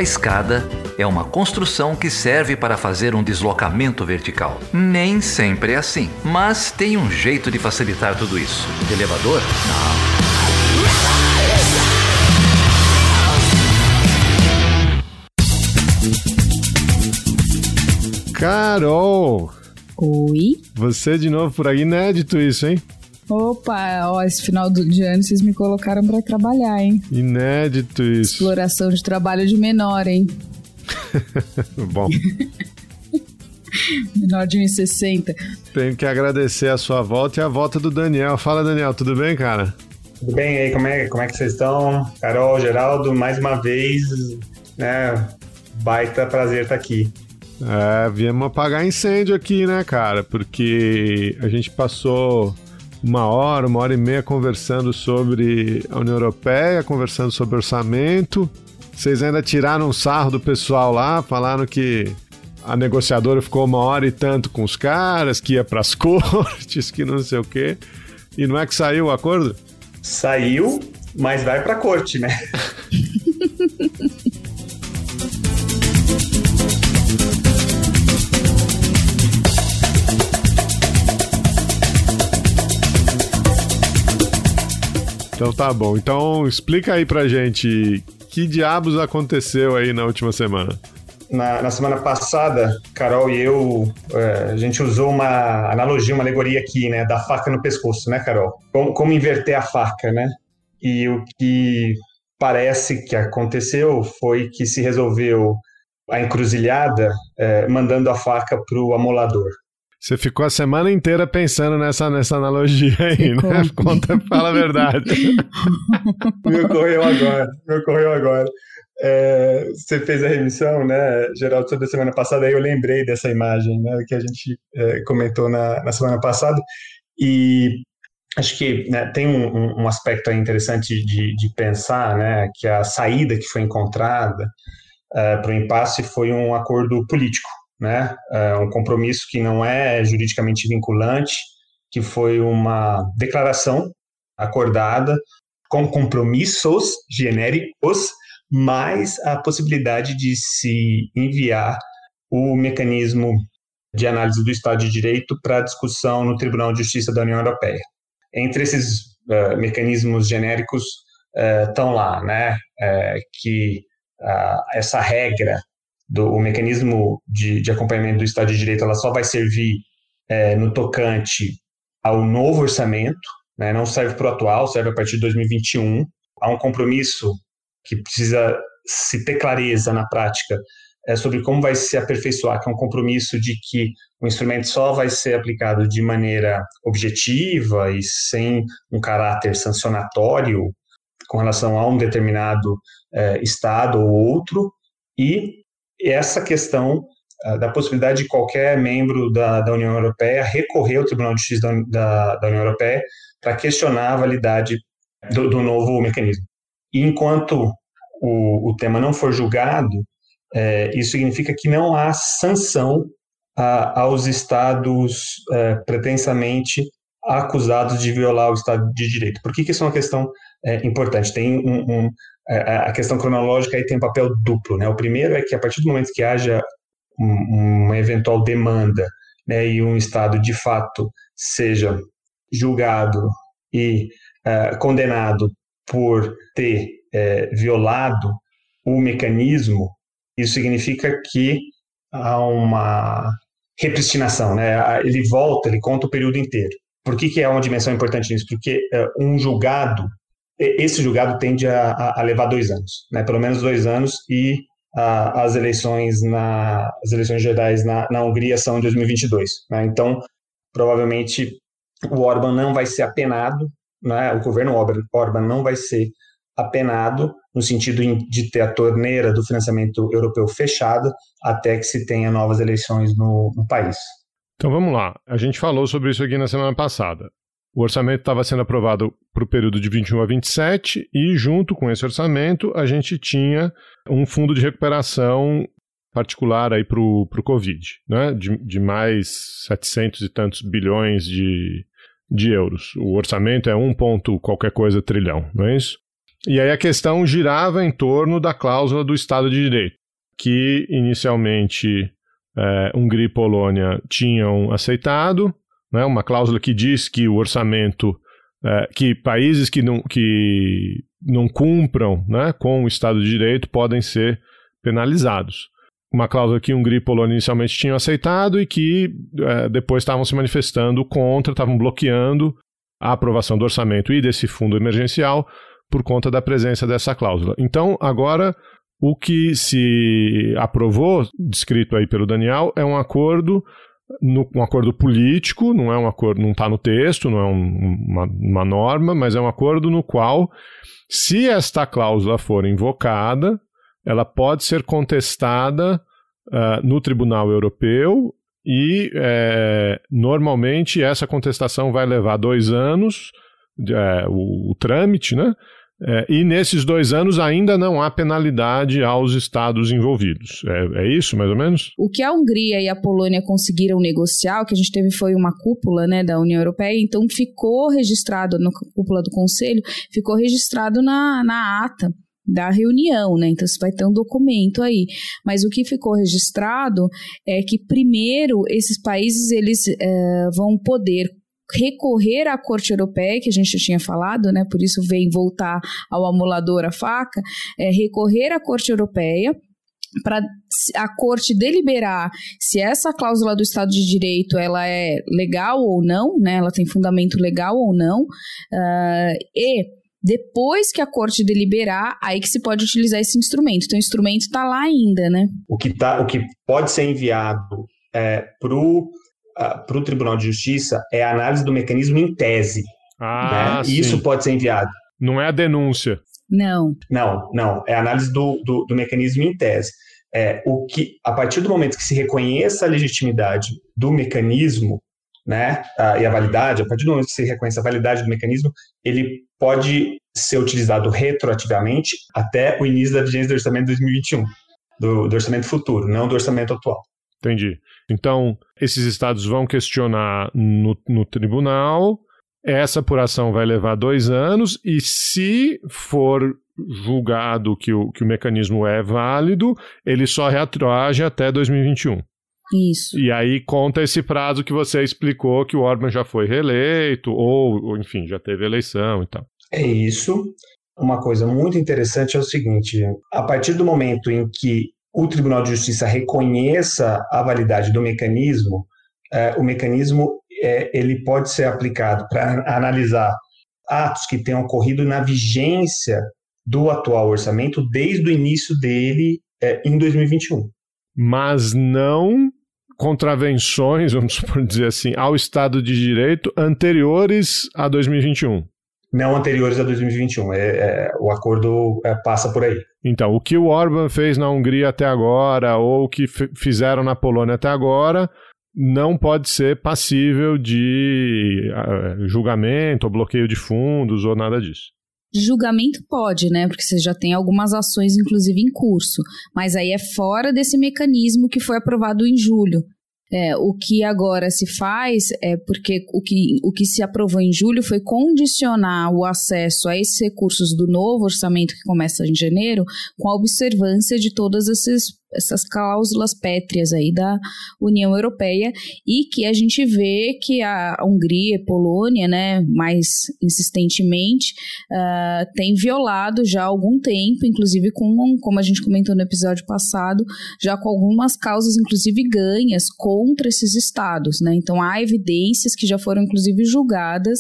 A escada é uma construção que serve para fazer um deslocamento vertical. Nem sempre é assim, mas tem um jeito de facilitar tudo isso. Elevador? Não. Carol! Oi? Você de novo por aí, inédito isso, hein? Opa, esse final de ano vocês me colocaram pra trabalhar, hein? Inédito isso. Exploração de trabalho de menor, hein? Bom. Menor de 1,60. Tenho que agradecer a sua volta e a volta do Daniel. Fala, Daniel, tudo bem, cara? Tudo bem aí? Como é que vocês estão? Carol, Geraldo, mais uma vez, né? Baita prazer estar aqui. Viemos apagar incêndio aqui, né, cara? Porque a gente passou uma hora e meia conversando sobre a União Europeia, conversando sobre orçamento. Vocês ainda tiraram um sarro do pessoal lá, falaram que a negociadora ficou uma hora e tanto com os caras, que ia pras cortes, que não sei o quê. E não é que saiu o acordo? Saiu, mas vai pra corte, né? Então tá bom. Então explica aí pra gente que diabos aconteceu aí na última semana. Na semana passada, Carol e eu, a gente usou uma analogia, uma alegoria aqui, né? Da faca no pescoço, né, Carol? Como inverter a faca, né? E o que parece que aconteceu foi que se resolveu a encruzilhada mandando a faca pro amolador. Você ficou a semana inteira pensando nessa analogia aí, né? Fala a verdade. Me ocorreu agora. Você fez a remissão, né, Geraldo, sobre a semana passada, aí eu lembrei dessa imagem, né, que a gente comentou na semana passada, e acho que, né, tem um aspecto aí interessante de pensar, né, que a saída que foi encontrada para o impasse foi um acordo político, né, um compromisso que não é juridicamente vinculante, que foi uma declaração acordada com compromissos genéricos, mais a possibilidade de se enviar o mecanismo de análise do Estado de Direito para discussão no Tribunal de Justiça da União Europeia. Entre esses mecanismos genéricos estão lá, né, que essa regra o mecanismo de acompanhamento do Estado de Direito ela só vai servir no tocante ao novo orçamento, né, não serve para o atual, serve a partir de 2021. Há um compromisso que precisa se ter clareza na prática sobre como vai se aperfeiçoar, que é um compromisso de que o instrumento só vai ser aplicado de maneira objetiva e sem um caráter sancionatório com relação a um determinado Estado ou outro, e essa questão da possibilidade de qualquer membro da União Europeia recorrer ao Tribunal de Justiça da União Europeia para questionar a validade do novo mecanismo. E enquanto o tema não for julgado, isso significa que não há sanção aos Estados pretensamente acusados de violar o Estado de Direito. Por que isso é uma questão importante? Tem a questão cronológica aí tem um papel duplo, né? O primeiro é que a partir do momento que haja uma eventual demanda, né, e um Estado de fato seja julgado e condenado por ter violado o mecanismo, isso significa que há uma repristinação, né? Ele conta o período inteiro. Por que é uma dimensão importante nisso? Porque esse julgado tende a levar 2 anos, né? Pelo menos 2 anos, e as eleições gerais na Hungria são em 2022, né? Então, provavelmente, o Orbán não vai ser apenado, né? O governo Orbán não vai ser apenado no sentido de ter a torneira do financiamento europeu fechada até que se tenha novas eleições no país. Então vamos lá, a gente falou sobre isso aqui na semana passada. O orçamento estava sendo aprovado para o período de 21 a 27 e junto com esse orçamento a gente tinha um fundo de recuperação particular aí para o Covid, né? De mais 700 e tantos bilhões de euros. O orçamento é 1 ponto qualquer coisa trilhão, não é isso? E aí a questão girava em torno da cláusula do Estado de Direito, que inicialmente Hungria e Polônia tinham aceitado, né, uma cláusula que diz que o orçamento, que países que não cumpram, né, com o Estado de Direito podem ser penalizados. Uma cláusula que Hungria e Polônia inicialmente tinham aceitado e que depois estavam se manifestando contra, estavam bloqueando a aprovação do orçamento e desse fundo emergencial por conta da presença dessa cláusula. Então, agora, o que se aprovou, descrito aí pelo Daniel, é um acordo político, não é um acordo, não está no texto, não é uma norma, mas é um acordo no qual, se esta cláusula for invocada, ela pode ser contestada no Tribunal Europeu e, normalmente, essa contestação vai levar 2 anos, o trâmite, né? E nesses 2 anos ainda não há penalidade aos estados envolvidos. É isso, mais ou menos? O que a Hungria e a Polônia conseguiram negociar, o que a gente teve foi uma cúpula, né, da União Europeia, então ficou registrado na cúpula do Conselho, ficou registrado na ata da reunião, né? Então você vai ter um documento aí. Mas o que ficou registrado é que primeiro esses países eles vão poder recorrer à Corte Europeia, que a gente já tinha falado, né? Por isso vem voltar ao amolador a faca, recorrer à Corte Europeia para a Corte deliberar se essa cláusula do Estado de Direito ela é legal ou não, né? Ela tem fundamento legal ou não, e depois que a Corte deliberar, aí que se pode utilizar esse instrumento. Então o instrumento está lá ainda, né? O que pode ser enviado para o Tribunal de Justiça é a análise do mecanismo em tese. Né? E isso pode ser enviado. Não é a denúncia. Não. É a análise do mecanismo em tese. A partir do momento que se reconheça a legitimidade do mecanismo, né, e a validade, a partir do momento que se reconheça a validade do mecanismo, ele pode ser utilizado retroativamente até o início da vigência do orçamento de 2021, do orçamento futuro, não do orçamento atual. Entendi. Então, esses estados vão questionar no tribunal, essa apuração vai levar 2 anos, e se for julgado que o mecanismo é válido, ele só retroage até 2021. Isso. E aí conta esse prazo que você explicou, que o Orbán já foi reeleito, ou enfim, já teve eleição e tal. É isso. Uma coisa muito interessante é o seguinte, a partir do momento em que o Tribunal de Justiça reconheça a validade do mecanismo, o mecanismo ele pode ser aplicado para analisar atos que tenham ocorrido na vigência do atual orçamento desde o início dele em 2021. Mas não contravenções, vamos dizer assim, ao Estado de Direito anteriores a 2021. Não anteriores a 2021, o acordo passa por aí. Então, o que o Orbán fez na Hungria até agora, ou o que fizeram na Polônia até agora, não pode ser passível de julgamento, ou bloqueio de fundos, ou nada disso. Julgamento pode, né? Porque você já tem algumas ações, inclusive, em curso. Mas aí é fora desse mecanismo que foi aprovado em julho. O que agora se faz é porque o que se aprovou em julho foi condicionar o acesso a esses recursos do novo orçamento que começa em janeiro com a observância de todas essas cláusulas pétreas aí da União Europeia, e que a gente vê que a Hungria e Polônia, né, mais insistentemente, tem violado já há algum tempo, inclusive como a gente comentou no episódio passado, já com algumas causas, inclusive ganhas, contra esses estados, né? Então há evidências que já foram, inclusive, julgadas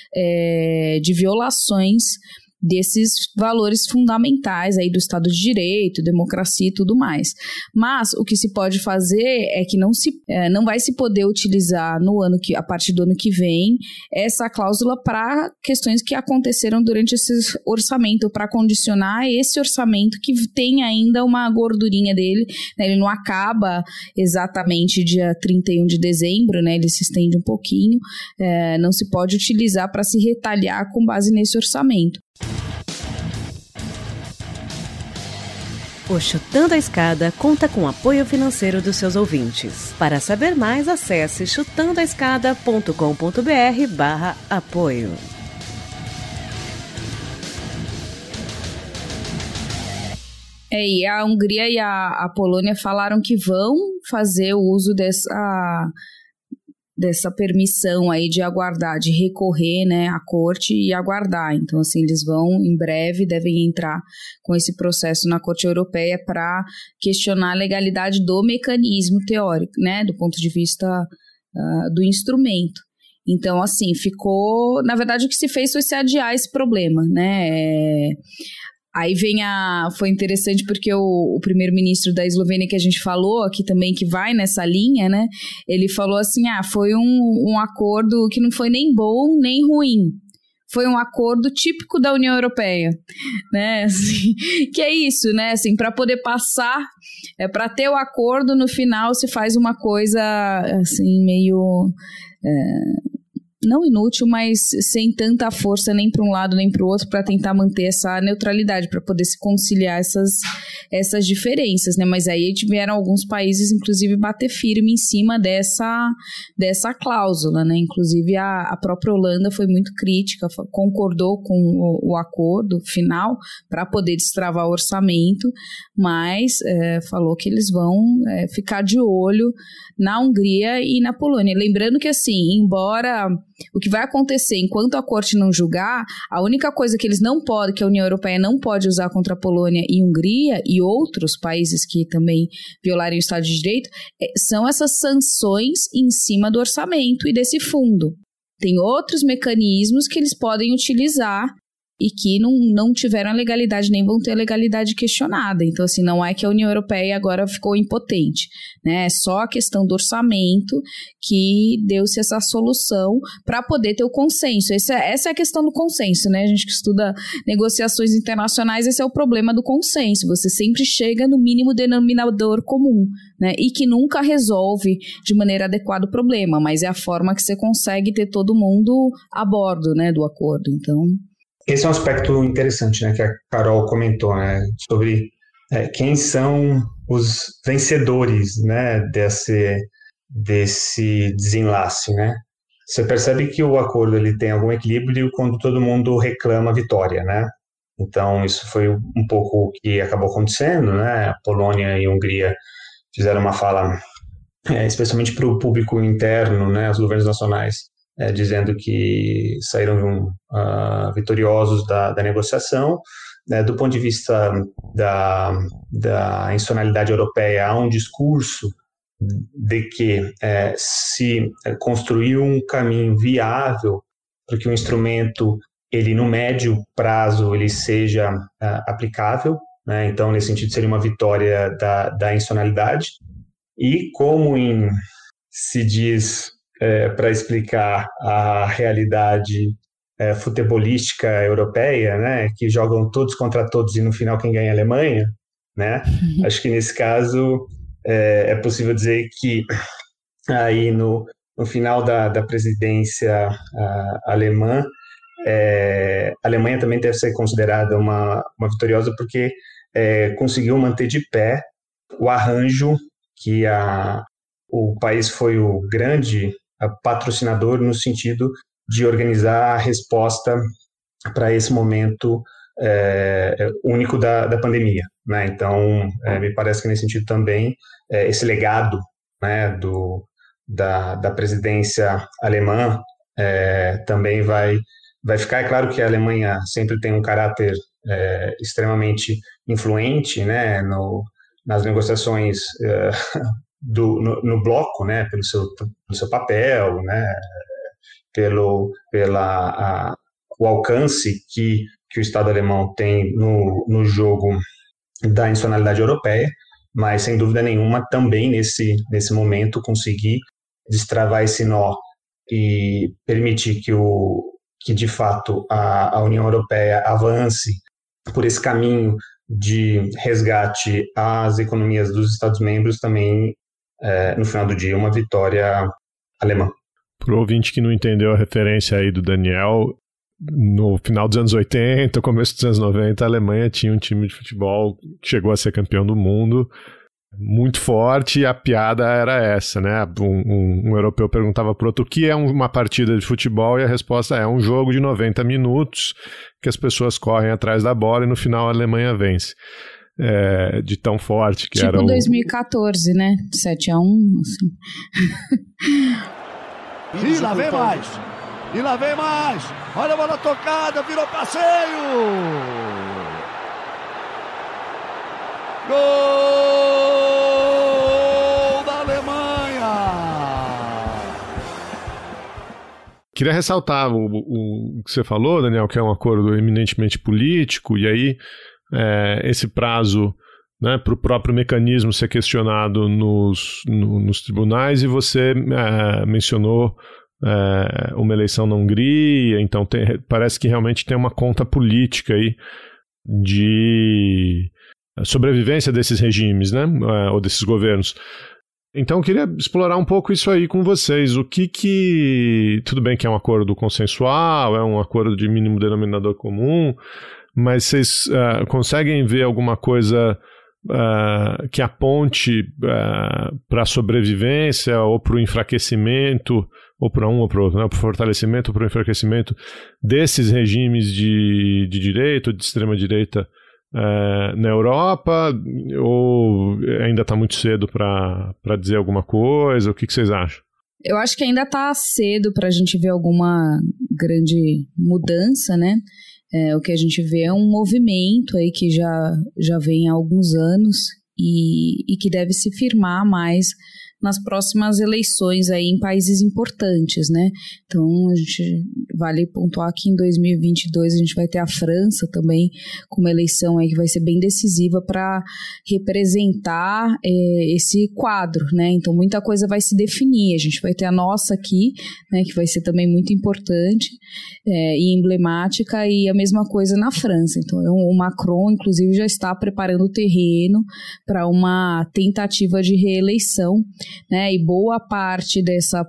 de violações desses valores fundamentais aí do Estado de Direito, democracia e tudo mais. Mas o que se pode fazer é que não vai se poder utilizar a partir do ano que vem essa cláusula para questões que aconteceram durante esse orçamento, para condicionar esse orçamento que tem ainda uma gordurinha dele, né? Ele não acaba exatamente dia 31 de dezembro, né? Ele se estende um pouquinho, não se pode utilizar para se retalhar com base nesse orçamento. O Chutando a Escada conta com apoio financeiro dos seus ouvintes. Para saber mais, acesse chutandoaescada.com.br/apoio. E a Hungria e a Polônia falaram que vão fazer o uso dessa permissão aí de aguardar, de recorrer, né, à corte e aguardar. Então, assim, eles vão, em breve, devem entrar com esse processo na Corte Europeia para questionar a legalidade do mecanismo teórico, né, do ponto de vista do instrumento. Então, assim, ficou... Na verdade, o que se fez foi se adiar esse problema, né? Aí foi interessante porque o primeiro-ministro da Eslovênia que a gente falou aqui também, que vai nessa linha, né? Ele falou assim, foi um acordo que não foi nem bom nem ruim. Foi um acordo típico da União Europeia, né? Assim, que é isso, né? Assim, para poder passar, para ter o acordo, no final se faz uma coisa, assim, meio... não inútil, mas sem tanta força nem para um lado nem para o outro para tentar manter essa neutralidade, para poder se conciliar essas diferenças, né? Mas aí tiveram alguns países, inclusive, bater firme em cima dessa cláusula, né? Inclusive a própria Holanda foi muito crítica, concordou com o acordo final para poder destravar o orçamento, mas falou que eles vão ficar de olho na Hungria e na Polônia. Lembrando que, assim, embora o que vai acontecer enquanto a corte não julgar, a única coisa que eles não podem, que a União Europeia não pode usar contra a Polônia e Hungria e outros países que também violarem o Estado de Direito, são essas sanções em cima do orçamento e desse fundo. Tem outros mecanismos que eles podem utilizar e que não tiveram a legalidade, nem vão ter a legalidade questionada. Então, assim, não é que a União Europeia agora ficou impotente, né? É só a questão do orçamento que deu-se essa solução para poder ter o consenso. Essa é a questão do consenso, né? A gente que estuda negociações internacionais, esse é o problema do consenso. Você sempre chega no mínimo denominador comum, né? E que nunca resolve de maneira adequada o problema, mas é a forma que você consegue ter todo mundo a bordo, né, do acordo. Então... Esse é um aspecto interessante, né, que a Carol comentou, né, sobre quem são os vencedores, né, desse desenlace, né. Você percebe que o acordo ele tem algum equilíbrio quando todo mundo reclama a vitória, né. Então, isso foi um pouco o que acabou acontecendo, né. A Polônia e a Hungria fizeram uma fala, especialmente para o público interno, né, os governos nacionais, dizendo que saíram vitoriosos da negociação. Do ponto de vista da institucionalidade europeia, há um discurso de que se construiu um caminho viável para que o instrumento, ele no médio prazo, ele seja aplicável, né? Então, nesse sentido, seria uma vitória da institucionalidade. E como se diz... para explicar a realidade futebolística europeia, né, que jogam todos contra todos e no final quem ganha é a Alemanha, né? Acho que nesse caso é possível dizer que aí no final da presidência alemã, a Alemanha também deve ser considerada uma vitoriosa porque conseguiu manter de pé o arranjo que o país foi o grande patrocinador no sentido de organizar a resposta para esse momento único da pandemia, né? Então, me parece que nesse sentido também esse legado, né, da presidência alemã também vai ficar. É claro que a Alemanha sempre tem um caráter extremamente influente, né, nas negociações no bloco, né, pelo seu papel, né, o alcance que o Estado alemão tem no jogo da institucionalidade europeia, mas sem dúvida nenhuma também nesse momento conseguir destravar esse nó e permitir que de fato a União Europeia avance por esse caminho de resgate às economias dos Estados-membros também, no final do dia, uma vitória alemã. Para o ouvinte que não entendeu a referência aí do Daniel, no final dos anos 80, começo dos anos 90, a Alemanha tinha um time de futebol que chegou a ser campeão do mundo, muito forte, e a piada era essa, né? Um europeu perguntava para o outro o que é uma partida de futebol, e a resposta é um jogo de 90 minutos que as pessoas correm atrás da bola e no final a Alemanha vence. de tão forte que tipo era 2014, né? 7-1, assim. E lá vem mais! E lá vem mais! Olha a bola tocada, virou passeio! Gol da Alemanha! Queria ressaltar o que você falou, Daniel, que é um acordo eminentemente político, e aí esse prazo, né, para o próprio mecanismo ser questionado nos tribunais, e você mencionou uma eleição na Hungria, então parece que realmente tem uma conta política aí de sobrevivência desses regimes, né, ou desses governos. Então eu queria explorar um pouco isso aí com vocês. O que tudo bem que é um acordo consensual, é um acordo de mínimo denominador comum, mas vocês conseguem ver alguma coisa que aponte para a sobrevivência ou para o enfraquecimento, ou para um ou para o outro, né? Para o fortalecimento ou para o enfraquecimento desses regimes de direita ou de extrema-direita na Europa, ou ainda está muito cedo para dizer alguma coisa? O que vocês acham? Eu acho que ainda está cedo para a gente ver alguma grande mudança, né? O que a gente vê é um movimento aí que já vem há alguns anos e que deve se firmar mais nas próximas eleições aí em países importantes, né? Então, a gente vale pontuar que em 2022 a gente vai ter a França também com uma eleição aí que vai ser bem decisiva para representar esse quadro, né? Então, muita coisa vai se definir. A gente vai ter a nossa aqui, né, que vai ser também muito importante e emblemática, e a mesma coisa na França. Então, o Macron, inclusive, já está preparando o terreno para uma tentativa de reeleição, né, e boa parte dessa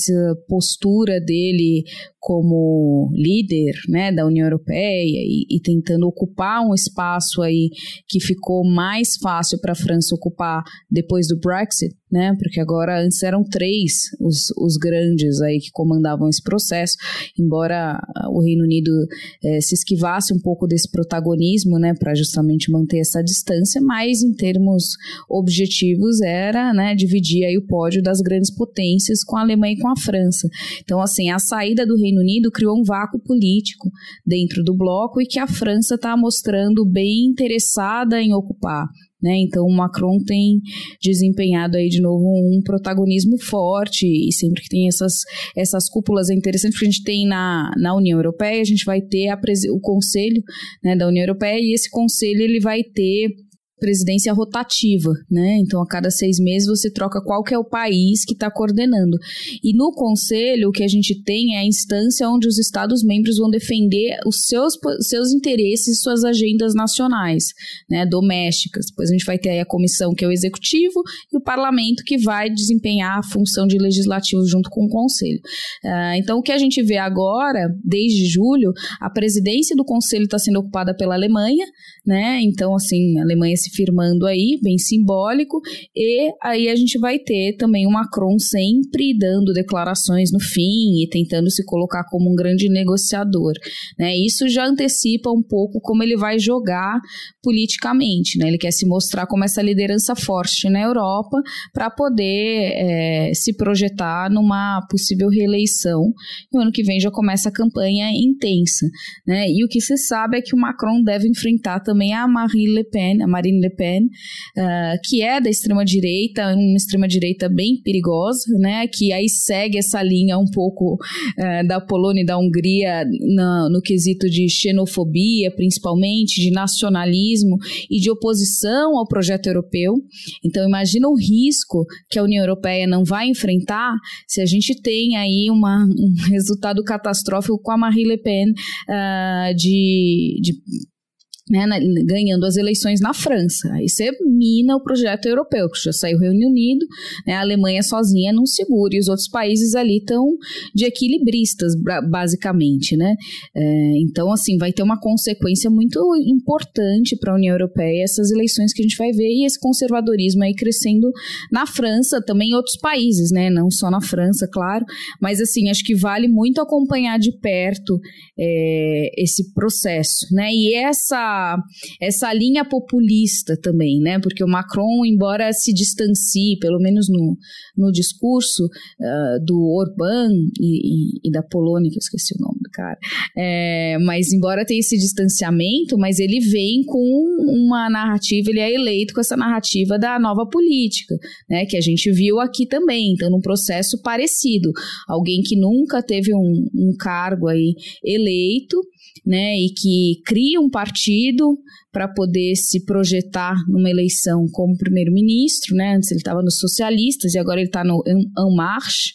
postura dele como líder, né, da União Europeia e tentando ocupar um espaço aí que ficou mais fácil para a França ocupar depois do Brexit, né, porque agora antes eram 3 os grandes aí que comandavam esse processo, embora o Reino Unido se esquivasse um pouco desse protagonismo, né, para justamente manter essa distância, mas em termos objetivos era, né, dividir aí o pódio das grandes potências com a Alemanha e com a França. Então, assim, a saída do Reino Unido criou um vácuo político dentro do bloco e que a França está mostrando bem interessada em ocupar, né? Então o Macron tem desempenhado aí de novo um protagonismo forte, e sempre que tem essas cúpulas é interessante, porque a gente tem na União Europeia, a gente vai ter o Conselho, né, da União Europeia, e esse Conselho ele vai ter presidência rotativa, né? Então, a cada 6 meses você troca qual que é o país que está coordenando. E no Conselho, o que a gente tem é a instância onde os Estados-membros vão defender os seus interesses e suas agendas nacionais, né, domésticas. Depois a gente vai ter aí a comissão, que é o executivo, e o parlamento, que vai desempenhar a função de legislativo junto com o Conselho. Então, o que a gente vê agora, desde julho, a presidência do Conselho está sendo ocupada pela Alemanha, né? Então, assim, a Alemanha se firmando aí, bem simbólico, e aí a gente vai ter também o Macron sempre dando declarações no fim e tentando se colocar como um grande negociador, né? Isso já antecipa um pouco como ele vai jogar politicamente, né? Ele quer se mostrar como essa liderança forte na Europa para poder se projetar numa possível reeleição, e o ano que vem já começa a campanha intensa, né? E o que se sabe é que o Macron deve enfrentar também a Marine Le Pen, que é da extrema-direita, uma extrema-direita bem perigosa, né, que aí segue essa linha um pouco da Polônia e da Hungria no quesito de xenofobia, principalmente, de nacionalismo e de oposição ao projeto europeu. Então, imagina o risco que a União Europeia não vai enfrentar se a gente tem aí um resultado catastrófico com a Marine Le Pen né, ganhando as eleições na França. Aí você mina o projeto europeu, que já saiu o Reino Unido, né, a Alemanha sozinha não segura, e os outros países ali estão de equilibristas, basicamente, né? Então, assim, vai ter uma consequência muito importante para a União Europeia, essas eleições que a gente vai ver, e esse conservadorismo aí crescendo na França, também em outros países, né? Não só na França, claro, mas, assim, acho que vale muito acompanhar de perto esse processo, né? E essa essa linha populista também, né? Porque o Macron, embora se distancie, pelo menos no discurso do Orbán e da Polônia, que eu esqueci o nome do cara, mas embora tenha esse distanciamento, mas ele vem com uma narrativa, ele é eleito com essa narrativa da nova política, né? Que a gente viu aqui também, então num processo parecido, alguém que nunca teve um cargo aí eleito, né, e que cria um partido para poder se projetar numa eleição como primeiro-ministro, né? Antes ele estava nos socialistas e agora ele está no En Marche,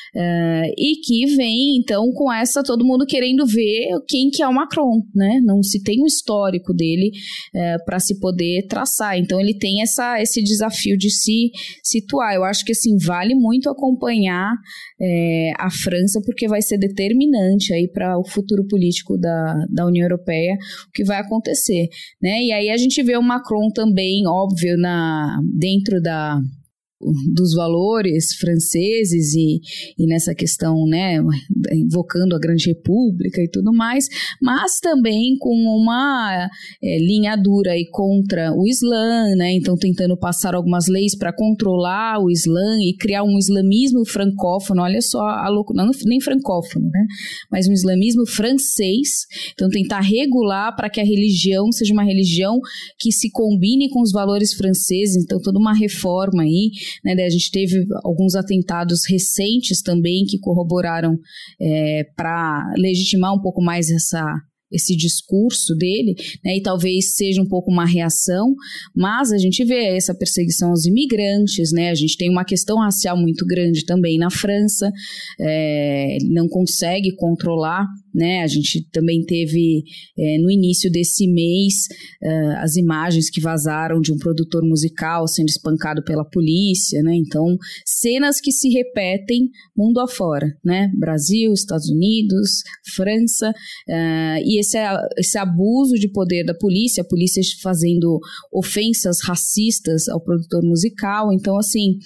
e que vem, então, com todo mundo querendo ver quem que é o Macron, né? Não se tem um histórico dele para se poder traçar. Então, ele tem esse desafio de se situar. Eu acho que, assim, vale muito acompanhar a França, porque vai ser determinante aí para o futuro político da União Europeia, o que vai acontecer, né? E aí a gente vê o Macron também, óbvio, dentro dos valores franceses e nessa questão, né, invocando a Grande República e tudo mais, mas também com uma linha dura aí contra o Islã, né, então tentando passar algumas leis para controlar o Islã e criar um islamismo francófono, olha só a loucura, não nem francófono, né, mas um islamismo francês, então tentar regular para que a religião seja uma religião que se combine com os valores franceses, então toda uma reforma aí, né, a gente teve alguns atentados recentes também que corroboraram para legitimar um pouco mais esse discurso dele, né, e talvez seja um pouco uma reação, mas a gente vê essa perseguição aos imigrantes, né, a gente tem uma questão racial muito grande também na França, ele não consegue controlar, né, a gente também teve no início desse mês as imagens que vazaram de um produtor musical sendo espancado pela polícia, né, então cenas que se repetem mundo afora, né, Brasil, Estados Unidos, França, e esse abuso de poder da polícia, a polícia fazendo ofensas racistas ao produtor musical, então assim,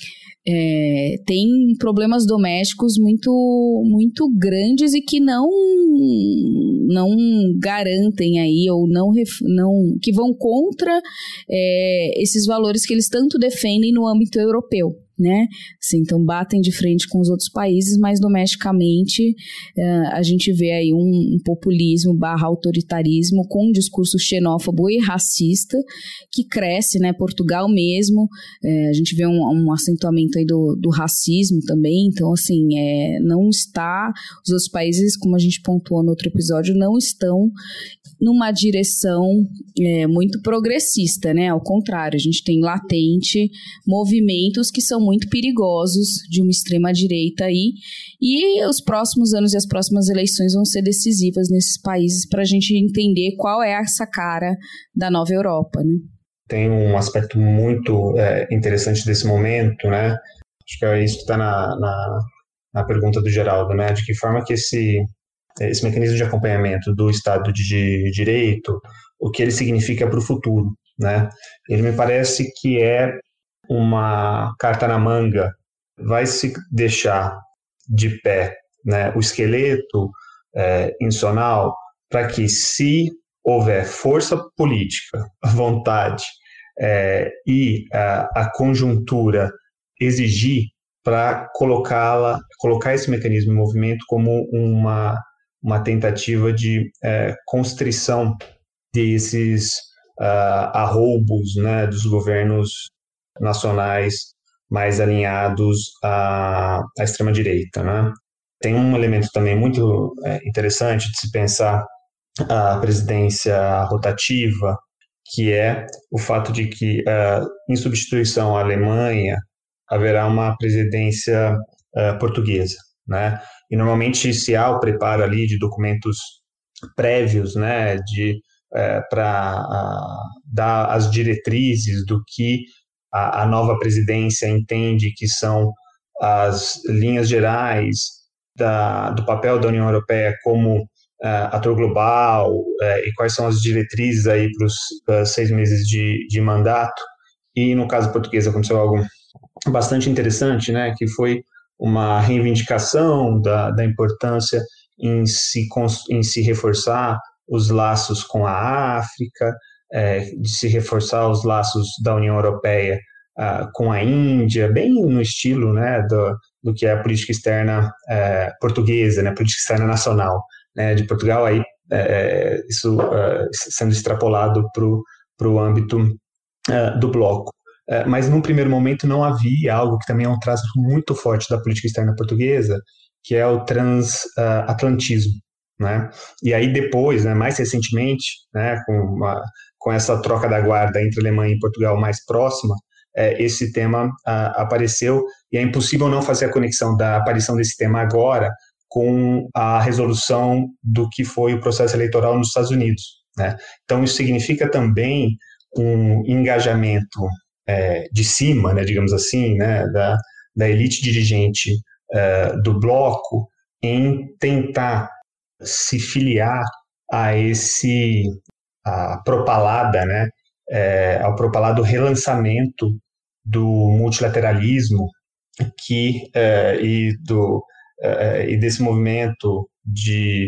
tem problemas domésticos muito, muito grandes e que não garantem aí, ou que vão contra esses valores que eles tanto defendem no âmbito europeu, né? Assim, então batem de frente com os outros países, mas domesticamente a gente vê aí um populismo / autoritarismo com um discurso xenófobo e racista que cresce, né? Portugal mesmo, a gente vê um acentuamento aí do racismo também, então assim, os outros países, como a gente pontuou no outro episódio, não estão numa direção muito progressista, né? Ao contrário, a gente tem latente movimentos que são muito perigosos de uma extrema-direita aí, e os próximos anos e as próximas eleições vão ser decisivas nesses países para a gente entender qual é essa cara da nova Europa, né? Tem um aspecto muito interessante desse momento, né? Acho que é isso que está na pergunta do Geraldo, né? De que forma que esse mecanismo de acompanhamento do Estado de Direito, o que ele significa para o futuro, né? Ele me parece que é uma carta na manga, vai se deixar de pé, né, o esqueleto institucional para que, se houver força política, vontade e a conjuntura exigir, para colocar esse mecanismo em movimento como uma tentativa de constrição desses arroubos, né, dos governos nacionais mais alinhados à extrema-direita, né? Tem um elemento também muito interessante de se pensar a presidência rotativa, que é o fato de que, em substituição à Alemanha, haverá uma presidência portuguesa, né? E normalmente se há o preparo ali de documentos prévios, né, para dar as diretrizes do que a nova presidência entende que são as linhas gerais do papel da União Europeia como ator global, e quais são as diretrizes aí para os 6 meses de mandato. E no caso português aconteceu algo bastante interessante, né, que foi uma reivindicação da importância em se reforçar os laços com a África, de se reforçar os laços da União Europeia com a Índia, bem no estilo, né, do que é a política externa portuguesa, né, política externa nacional, né, de Portugal, aí isso sendo extrapolado para o âmbito do bloco. Mas num primeiro momento não havia algo que também é um traço muito forte da política externa portuguesa, que é o transatlantismo, né? E aí depois, né, mais recentemente, né, com essa troca da guarda entre Alemanha e Portugal mais próxima, esse tema apareceu, e é impossível não fazer a conexão da aparição desse tema agora com a resolução do que foi o processo eleitoral nos Estados Unidos, né? Então isso significa também um engajamento de cima, né, digamos assim, né, da elite dirigente do bloco em tentar se filiar a propalada, né, ao propalado relançamento do multilateralismo e desse movimento de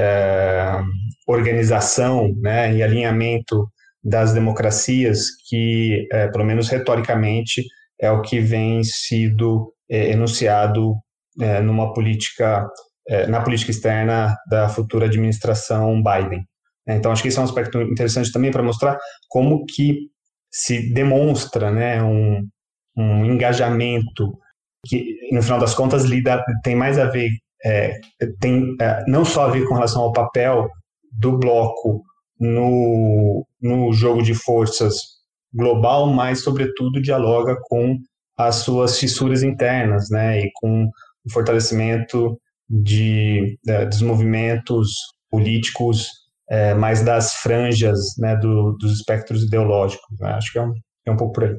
organização, né, e alinhamento das democracias que, pelo menos retoricamente, é o que vem sido enunciado na política externa da futura administração Biden. Então, acho que esse é um aspecto interessante também para mostrar como que se demonstra, né, um engajamento que, no final das contas, tem mais a ver, não só a ver com relação ao papel do bloco no jogo de forças global, mas, sobretudo, dialoga com as suas fissuras internas, né, e com o fortalecimento dos movimentos políticos mais das franjas, né, dos espectros ideológicos, né? Acho que é um pouco por aí.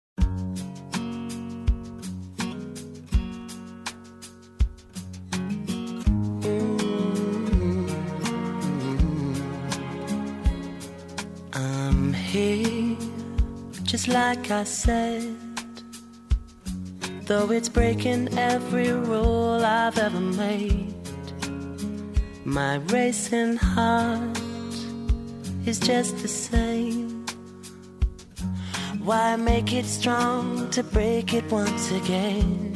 I'm here, just like I said, though it's breaking every rule I've ever made. My racing heart is just the same. Why make it strong to break it once again?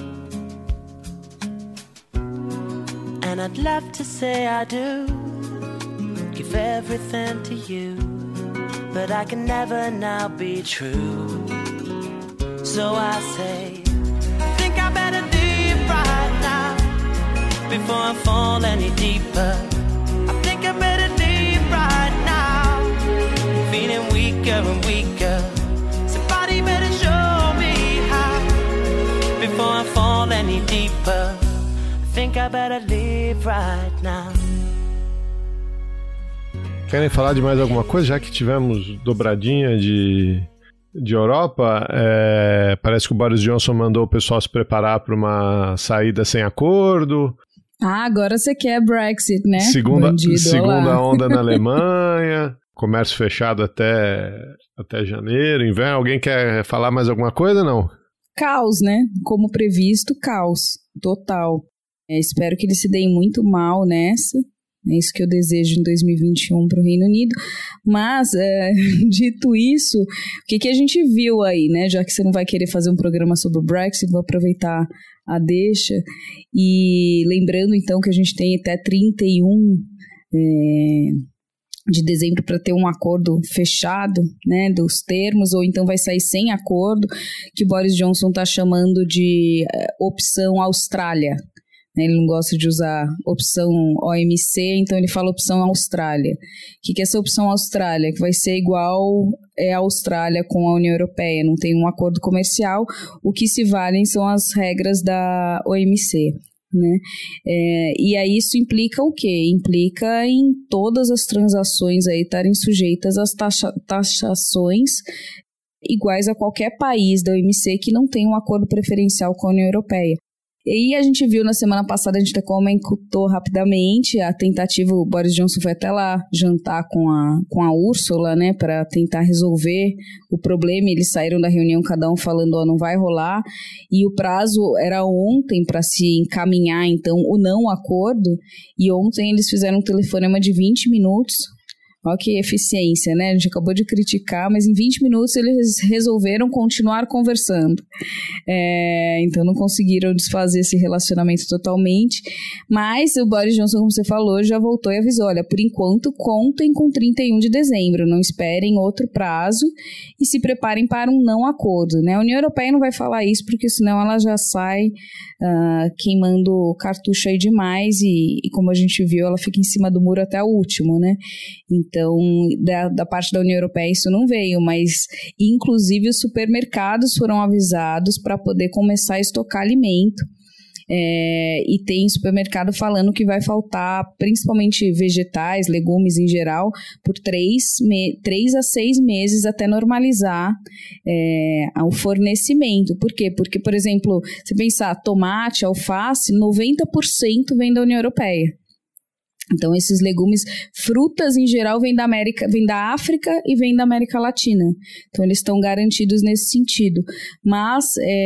And I'd love to say I do, give everything to you, but I can never now be true. So I say, I think I better leave right now before I fall any deeper. I think I better leave right now. I'm feeling weaker and weaker. Somebody better show me how before I fall any deeper. I think I better leave right now. Querem falar de mais alguma coisa? Já que tivemos dobradinha de Europa, parece que o Boris Johnson mandou o pessoal se preparar para uma saída sem acordo. Agora você quer Brexit, né? Segunda onda na Alemanha, comércio fechado até janeiro, inverno. Alguém quer falar mais alguma coisa, não? Caos, né? Como previsto, caos total. Espero que eles se deem muito mal nessa. É isso que eu desejo em 2021 para o Reino Unido. Mas, dito isso, o que a gente viu aí, né? Já que você não vai querer fazer um programa sobre o Brexit, vou aproveitar a deixa. E lembrando, então, que a gente tem até 31 de dezembro para ter um acordo fechado, né, dos termos, ou então vai sair sem acordo, que Boris Johnson está chamando de opção Austrália. Ele não gosta de usar opção OMC, então ele fala opção Austrália. O que é essa opção Austrália? Que vai ser igual a Austrália com a União Europeia, não tem um acordo comercial, o que se valem são as regras da OMC. Né? E aí isso implica o quê? Implica em todas as transações aí estarem sujeitas às taxações iguais a qualquer país da OMC que não tem um acordo preferencial com a União Europeia. E a gente viu na semana passada, a gente até comentou rapidamente, a tentativa, o Boris Johnson foi até lá jantar com a Ursula, né, para tentar resolver o problema. Eles saíram da reunião, cada um falando, ó, não vai rolar, e o prazo era ontem para se encaminhar, então, o não acordo, e ontem eles fizeram um telefonema de 20 minutos. Olha que eficiência, né? A gente acabou de criticar, mas em 20 minutos eles resolveram continuar conversando. Então não conseguiram desfazer esse relacionamento totalmente, mas o Boris Johnson, como você falou, já voltou e avisou, olha, por enquanto contem com 31 de dezembro, não esperem outro prazo e se preparem para um não acordo, né? A União Europeia não vai falar isso, porque senão ela já sai queimando o cartucho aí demais e como a gente viu, ela fica em cima do muro até o último, né? Então, da parte da União Europeia isso não veio, mas inclusive os supermercados foram avisados para poder começar a estocar alimento. E tem supermercado falando que vai faltar principalmente vegetais, legumes em geral, por 3 a 6 meses até normalizar o fornecimento. Por quê? Porque, por exemplo, se pensar tomate, alface, 90% vem da União Europeia. Então, esses legumes, frutas em geral, vêm da África e vêm da América Latina. Então, eles estão garantidos nesse sentido. Mas,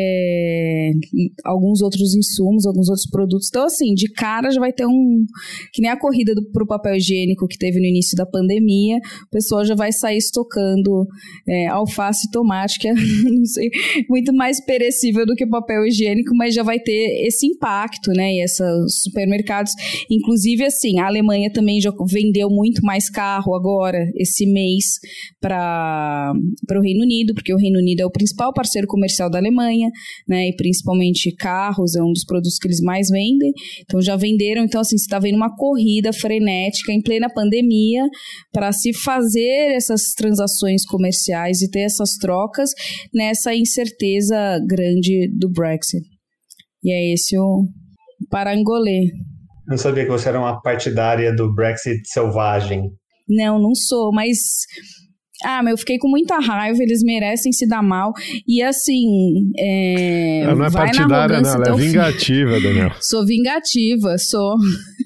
alguns outros insumos, alguns outros produtos. Então, assim, de cara já vai ter que nem a corrida pro papel higiênico que teve no início da pandemia, o pessoal já vai sair estocando alface e tomate, que é, não sei, muito mais perecível do que papel higiênico, mas já vai ter esse impacto, né? E esses supermercados, inclusive, assim, a Alemanha também já vendeu muito mais carro agora, esse mês, para o Reino Unido, porque o Reino Unido é o principal parceiro comercial da Alemanha, né, e principalmente carros, é um dos produtos que eles mais vendem, então já venderam. Então, assim, você está vendo uma corrida frenética em plena pandemia para se fazer essas transações comerciais e ter essas trocas nessa incerteza grande do Brexit. E é esse o parangolê. Não sabia que você era uma partidária do Brexit selvagem. Não sou, mas... eu fiquei com muita raiva, eles merecem se dar mal. E assim... Ela não é partidária, não, ela é vingativa, Daniel. Sou vingativa, sou...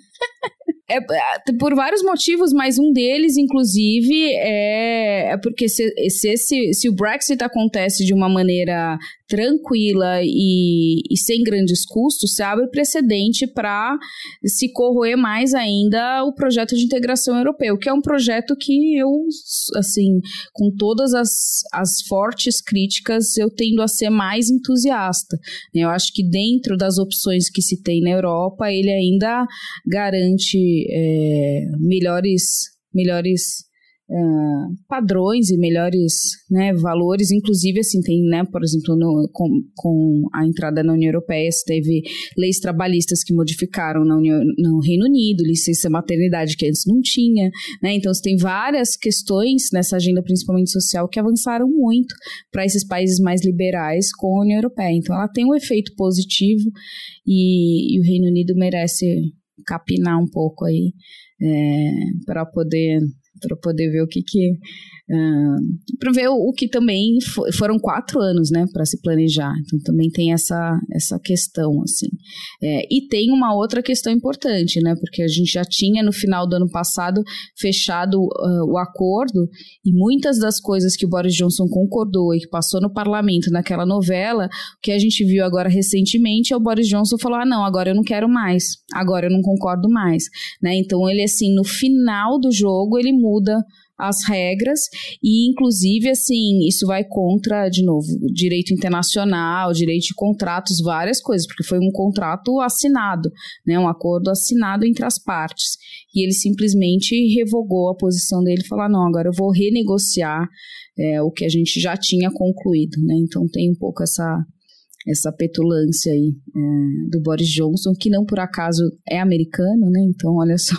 por vários motivos, mas um deles, inclusive, é porque se o Brexit acontece de uma maneira tranquila e sem grandes custos, se abre precedente para se corroer mais ainda o projeto de integração europeu, que é um projeto que eu, assim, com todas as fortes críticas, eu tendo a ser mais entusiasta. Eu acho que dentro das opções que se tem na Europa, ele ainda garante melhores padrões e melhores, né, valores. Inclusive, assim, tem, né, por exemplo, com a entrada na União Europeia, teve leis trabalhistas que modificaram no Reino Unido, licença maternidade que antes não tinha, né? Então, você tem várias questões nessa agenda, principalmente social, que avançaram muito para esses países mais liberais com a União Europeia. Então, ela tem um efeito positivo e o Reino Unido merece capinar um pouco aí para poder ver o que para ver o que também foram 4 anos, né, para se planejar. Então também tem essa questão, assim. E tem uma outra questão importante, né, porque a gente já tinha no final do ano passado fechado o acordo, e muitas das coisas que o Boris Johnson concordou e que passou no parlamento naquela novela, o que a gente viu agora recentemente é o Boris Johnson falou, não, agora eu não quero mais, agora eu não concordo mais, né. Então ele, assim, no final do jogo ele muda as regras e, inclusive, assim, isso vai contra, de novo, direito internacional, direito de contratos, várias coisas, porque foi um contrato assinado, né, um acordo assinado entre as partes, e ele simplesmente revogou a posição dele e falou, não, agora eu vou renegociar o que a gente já tinha concluído, né, então tem um pouco essa petulância aí do Boris Johnson, que não por acaso é americano, né, então olha só.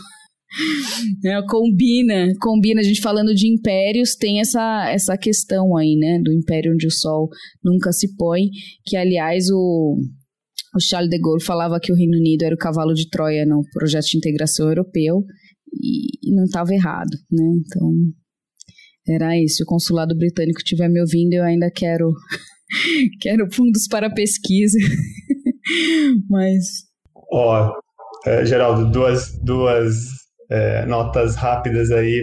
Combina, a gente falando de impérios, tem essa questão aí, né, do império onde o sol nunca se põe, que aliás o Charles de Gaulle falava que o Reino Unido era o cavalo de Troia no projeto de integração europeu, e não estava errado, né, então era isso. Se o consulado britânico estiver me ouvindo, eu ainda quero fundos para pesquisa Mas... Geraldo, duas notas rápidas aí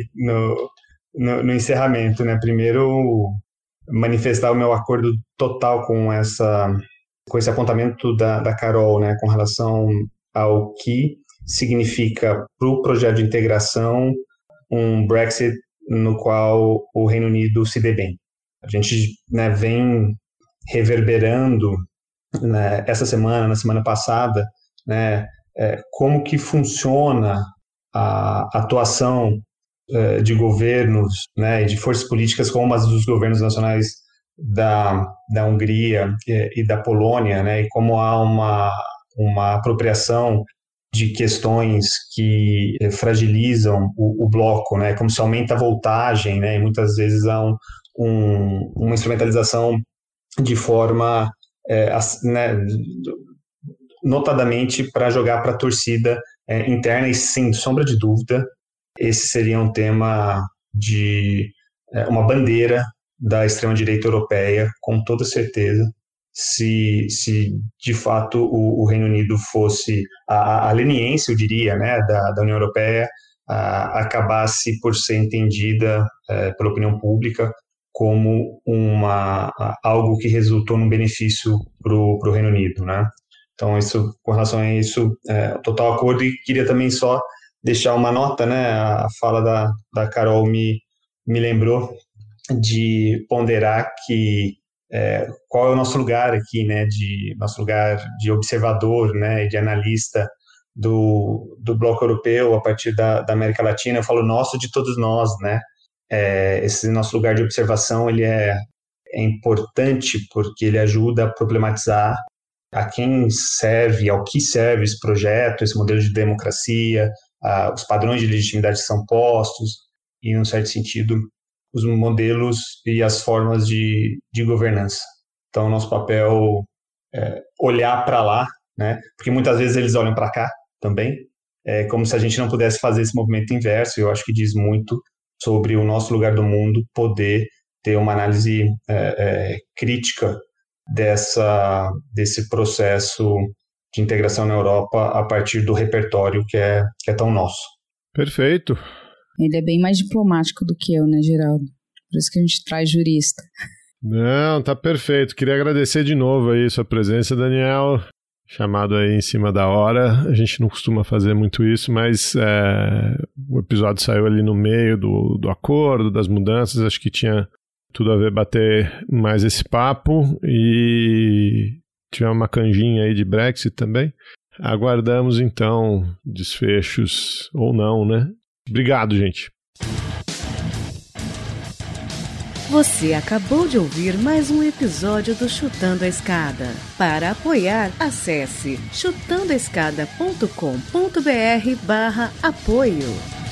no encerramento, né? Primeiro, manifestar o meu acordo total com esse apontamento da Carol, né? Com relação ao que significa para o projeto de integração um Brexit no qual o Reino Unido se dê bem. A gente, né, vem reverberando, né, essa semana, na semana passada, né, como que funciona a atuação de governos, né, e de forças políticas como as dos governos nacionais da Hungria e da Polônia, né, e como há uma apropriação de questões que fragilizam o bloco, né, como se aumenta a voltagem, né, e muitas vezes há uma instrumentalização de forma, né, notadamente para jogar para a torcida interna, e sem sombra de dúvida, esse seria um tema de uma bandeira da extrema-direita europeia, com toda certeza, se de fato o Reino Unido fosse a leniência, eu diria, né, da União Europeia, acabasse por ser entendida pela opinião pública como algo que resultou num benefício para o Reino Unido, né? Então, isso, com relação a isso, total acordo. E queria também só deixar uma nota, né? A fala da Carol me lembrou de ponderar que qual é o nosso lugar aqui, né? Nosso lugar de observador, né? E de analista do bloco europeu a partir da América Latina. Eu falo nosso, de todos nós, né? Esse nosso lugar de observação, ele é importante porque ele ajuda a problematizar a quem serve, ao que serve esse projeto, esse modelo de democracia, os padrões de legitimidade que são postos e, em um certo sentido, os modelos e as formas de governança. Então, nosso papel é olhar para lá, né? Porque muitas vezes eles olham para cá também, como se a gente não pudesse fazer esse movimento inverso. Eu acho que diz muito sobre o nosso lugar do mundo poder ter uma análise crítica desse processo de integração na Europa a partir do repertório que é tão nosso. Perfeito. Ele é bem mais diplomático do que eu, né, Geraldo? Por isso que a gente traz jurista. Não, tá perfeito. Queria agradecer de novo aí sua presença, Daniel. Chamado aí em cima da hora. A gente não costuma fazer muito isso, mas o episódio saiu ali no meio do acordo, das mudanças. Acho que tinha tudo a ver bater mais esse papo, e tivemos uma canjinha aí de Brexit também. Aguardamos então desfechos ou não, né? Obrigado, gente. Você acabou de ouvir mais um episódio do Chutando a Escada. Para apoiar, acesse chutandoaescada.com.br/apoio.